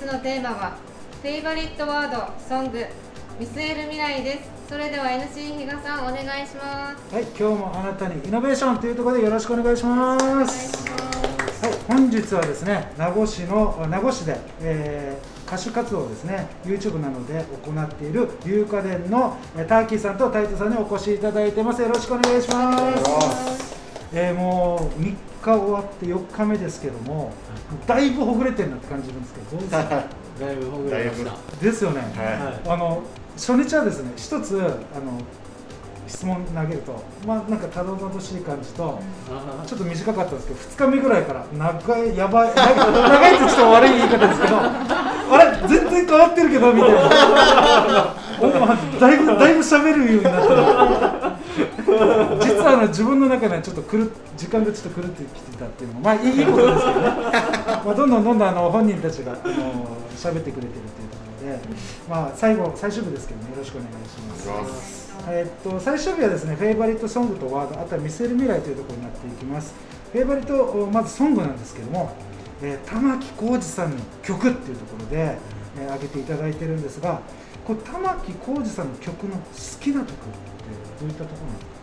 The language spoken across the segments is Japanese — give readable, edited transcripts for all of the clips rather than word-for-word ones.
のテーマはフェイバリットワードソング見据える未来です。それでは NC 比嘉さんお願いします。 はい、今日もあなたにイノベーションというところでよろしくお願いします。はい、本日はですね、名護市で、歌手活動をですね、YouTube などで行っている龍華伝のターキーさんとタイトさんにお越しいただいてます。よろしくお願いします。もう3日終わって4日目ですけども、だいぶほぐれてるなって感じるんですけど、どうですか？ だいぶほぐれました。 ですよね。 はい、 初日はですね、一つ質問投げると、なんかたどたどしい感じと、ちょっと短かったんですけど、2日目ぐらいから長いってちょっと悪い言い方ですけど、あれ全然変わってるけどみたいな、だいぶ喋るようになった実は自分の中ではちょっと時間がちょっと狂ってきてたっていうのもいいことですけどねどんどん本人たちが喋ってくれてるっていうところで、最終日ですけども、よろしくお願いします。最終日はですね、フェイバリットソングとワード、あとは見据える未来というところになっていきます。フェイバリット、まずソングなんですけども、玉置浩二さんの曲っていうところで、挙げていただいてるんですが、これ玉置浩二さんの曲の好きなところってどういったところなんですか？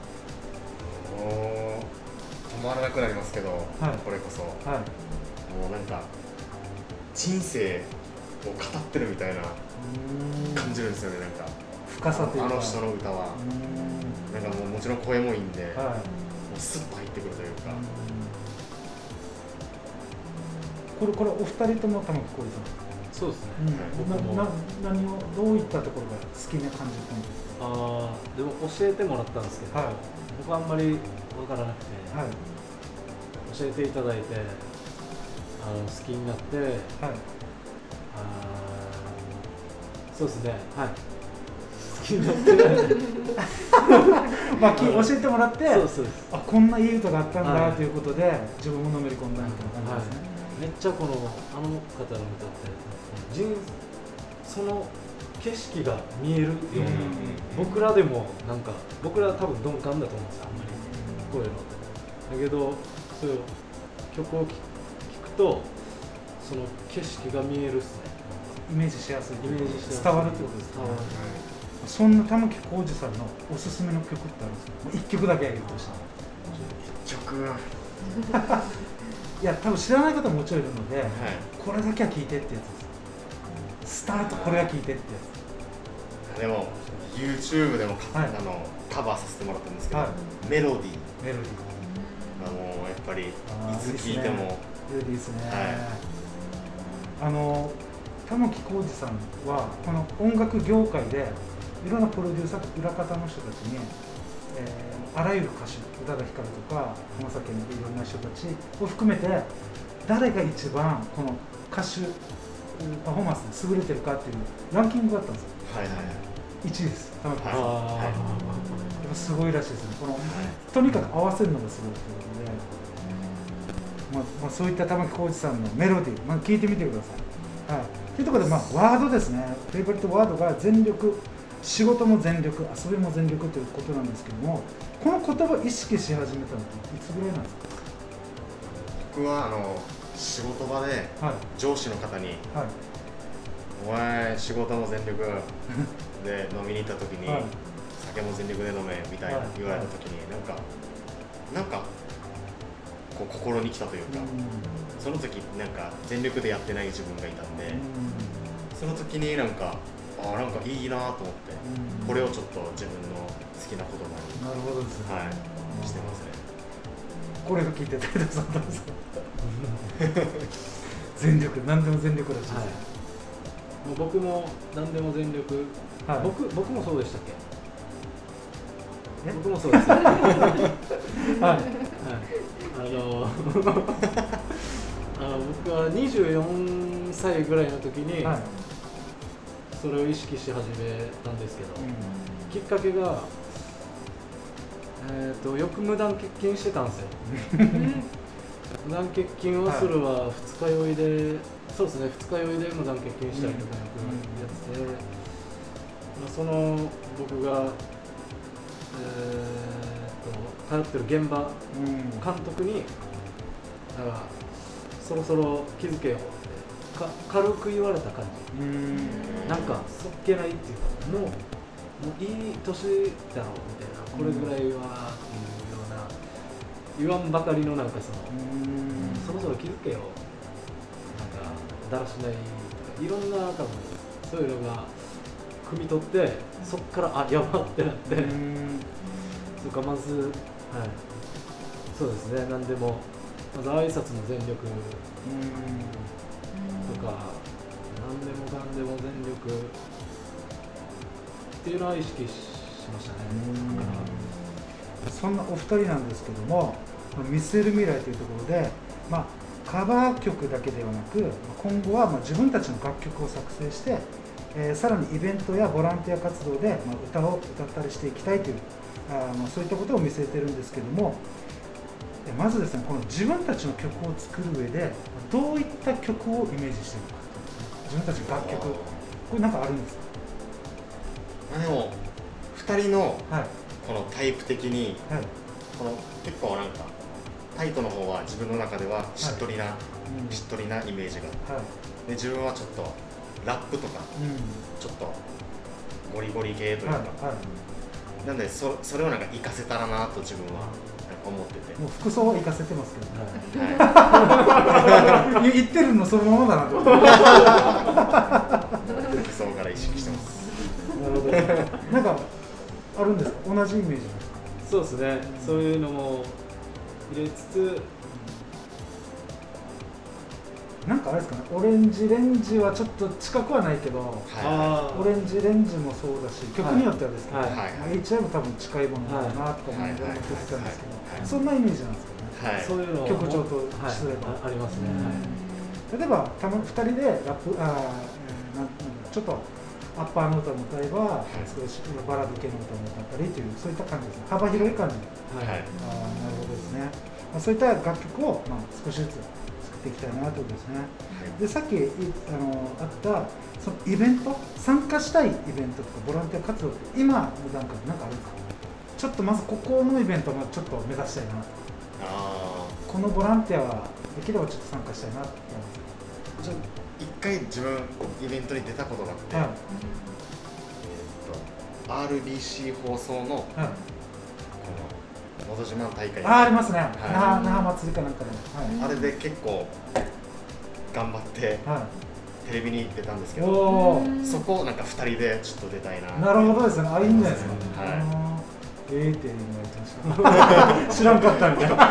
止まらなくなりますけど、これこそ、もうなんか人生を語ってるみたいな感じるんですよね。なんか深さというか、 あの人の歌はなんかもちろん声もいいんで、もうスッと入ってくるというか。 これお二人とも玉置浩二さん。 そうですね。 どういったところが好きな感じなんですか？ でも教えてもらったんですけど、僕はあんまり分からなくて、教えていただいて好きになって、そうですね、好きになって教えてもらって、こんないい歌があったんだということで、自分ものめり込んだみたいな感じですね。 めっちゃあの方の歌ってその景色が見えるような、僕らでも僕ら多分鈍感だと思うんですよ、あんまりこういうのだけど、そういう曲を聴くとその景色が見えるっすね。 イメージしやすい、伝わるってことですか？そんな玉置浩二さんのおすすめの曲ってあるんですか？1曲だけあげるとしたら。 1曲いや、多分知らない方ももちろんいるので、これだけは聴いてってやつです。スタートこれは聴いてってやつ。でも YouTube でもカバーさせてもらったんですけど、メロディーもうやっぱりいつ聴いてもメロディーですね。玉置浩二さんはこの音楽業界でいろんなプロデューサーと裏方の人たちに、あらゆる歌手、宇多田ヒカルとか浜崎のいろんな人たちを含めて、誰が一番この歌手パフォーマンスで優れてるかっていうランキングがあったんですよ。1位です、玉置浩二さん。やっぱすごいらしいですね。とにかく合わせるのがすごいということで、そういった玉置浩二さんのメロディー、聴いてみてください。というところで、ワードですね、フェイバリットワードが全力、仕事も全力、遊びも全力ということなんですけども、この言葉を意識し始めたのっていつぐらいなんですか？ 僕は仕事場で上司の方に、お前仕事も全力で飲みに行った時に、酒も全力で飲めみたいな言われた時に、なんかこう心に来たというか、その時なんか全力でやってない自分がいたんで、その時になんかいいなと思って、これをちょっと自分の好きな言葉に、 なるほどですね、 してますね。 これが聞いてタイトさんどうですか？全力、何でも全力らしいです。 もう僕も何でも全力、僕もそうでしたっけ？僕もそうです。僕は24歳ぐらいの時にそれを意識し始めたんですけど、きっかけがよく無断欠勤してたんですよ。無断欠勤をするは二日酔いで、そうですね、二日酔いで無断欠勤したりとかよくやってて、その僕が通ってる現場、監督にそろそろ気づけよって軽く言われた感じ。なんかそっけないっていうか、もういい年だろうみたいな、これぐらいはっていうような言わんばかりのなんかそろそろ気づけよ、なんかだらしないとかいろんな多分そういうのが汲み取って、そっからあやばってなって、それかまず、はい、そうですね、何でもまず挨拶の全力とか、何でもかんでも全力っていうのは意識しましたね。 そんなお二人なんですけども、見据える未来というところで、カバー曲だけではなく、今後は自分たちの楽曲を作成して、さらにイベントやボランティア活動で歌を歌ったりしていきたいという、そういったことを見据えているんですけども、まずですね、この自分たちの曲を作る上でどういった曲をイメージしているか、自分たちの楽曲、これなんかあるんですか？ でも2人のこのタイプ的に、この結構なんかタイトの方は自分の中ではしっとりな、しっとりなイメージが、で自分はちょっとラップとか、ちょっとゴリゴリ系というか、なんでそれをなんか活かせたらなと自分は思ってて、 もう服装は活かせてますけどね、言ってるのそのままだなと思って服装から意識してます。 なるほど。なんかあるんですか？同じイメージですか？ そうですね、そういうのも入れつつ、 なんかあれですかね、オレンジレンジはちょっと近くはないけど、オレンジレンジもそうだし、曲によってはですけど、HI も多分近いものだなと思ってたんですけど、そんなイメージなんですかね。 そういうの曲調とすればありますね。 例えば2人でラップ、ちょっとアッパーの歌も歌えば、少しバラード系の歌も歌ったりという、そういった感じですね。幅広い感じで。なるほどですね。そういった楽曲を少しずつ作っていきたいなということですね。で、さっきあったそのイベント、参加したいイベントとかボランティア活動って今の段階で何かあるんですか？ちょっとまずここのイベントもちょっと目指したいなとか、このボランティアはできればちょっと参加したいなって思います。 一回自分イベントに出たことがあって、RBC 放送の、こののど自慢大会、 ありますね、那覇祭りかなんかで、 あれで結構頑張って、テレビに出たんですけど、そこをなんか2人でちょっと出たいな。 なるほどですね。いいんじゃないですか。って言われてました。知らんかったみたいな。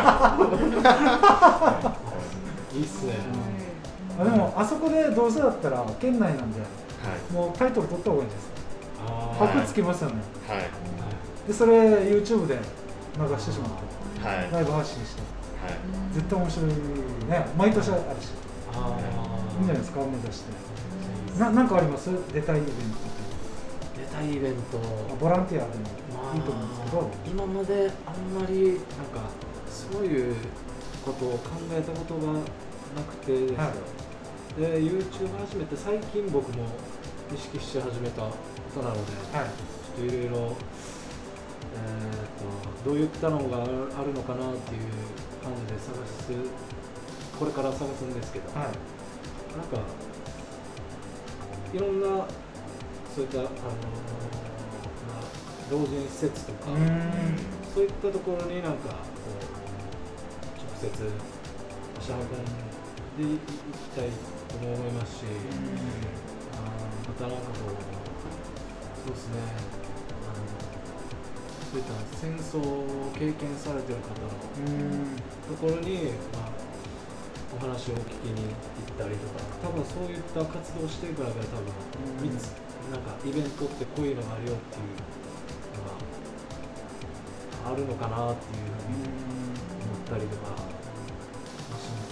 いいっすね。 でもあそこでどうせだったら県内なんで、もうタイトル取った方がいいんですか。箔つきますよね。でそれ YouTube で流してしまって、ライブ発信して、絶対面白いね。毎年あるし、いいんじゃないですか、目指して。なんかあります？出たいイベント。 出たいイベント。 ボランティアでもいいと思うんですけど、 今まであんまりなんかそういうことを考えたことがなくてですよ。で YouTube 始めて最近僕も意識し始めたことなので、ちょっといろいろどういったのがあるのかなっていう感じでこれから探すんですけど、なんかいろんなそういった老人施設とかそういったところになんかこう直接足運んでいきたいと思いますし、またなんかこうそうですね、そういった戦争を経験されてる方のところに、お話を聞きに行ったりとか、多分そういった活動をしていく中で多分なんかイベントってこういうのがあるよっていうのがあるのかなっていうふうに思ったりとかします。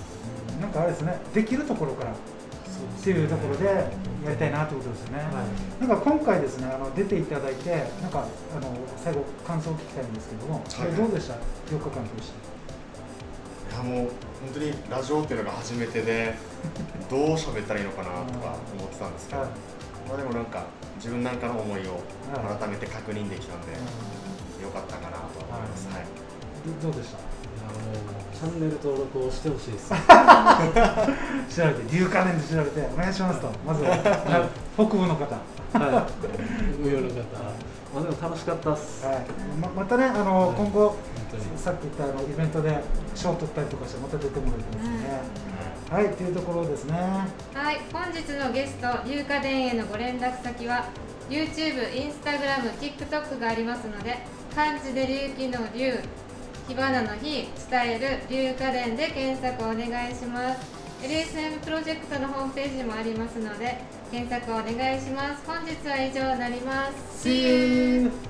なんかあれですね、できるところからっていうところでやりたいなということですよね。なんか今回ですね、出ていただいて、なんか最後感想を聞きたいんですけども、どうでした？4日間通して。 いやもう本当にラジオっていうのが初めてでどう喋ったらいいのかなとか思ってたんですけど、でもなんか自分なんかの思いを改めて確認できたんで、よかったかなと思います。 どうでした？ チャンネル登録をしてほしいです。 調べて龍華伝で調べてお願いしますと、まずは北部の方、 はい、上の方、まあでも楽しかったっす。 はい、またね今後さっき言ったイベントで賞を取ったりとかしてまた出てもらいたいですね。はいっていうところですね。 はい、本日のゲスト龍華伝へのご連絡先は YouTube、Instagram、TikTok がありますので、漢字で龍気の龍、火花の火、伝える龍華伝で検索をお願いします。 LSM プロジェクトのホームページもありますので検索をお願いします。本日は以上になります。 See you!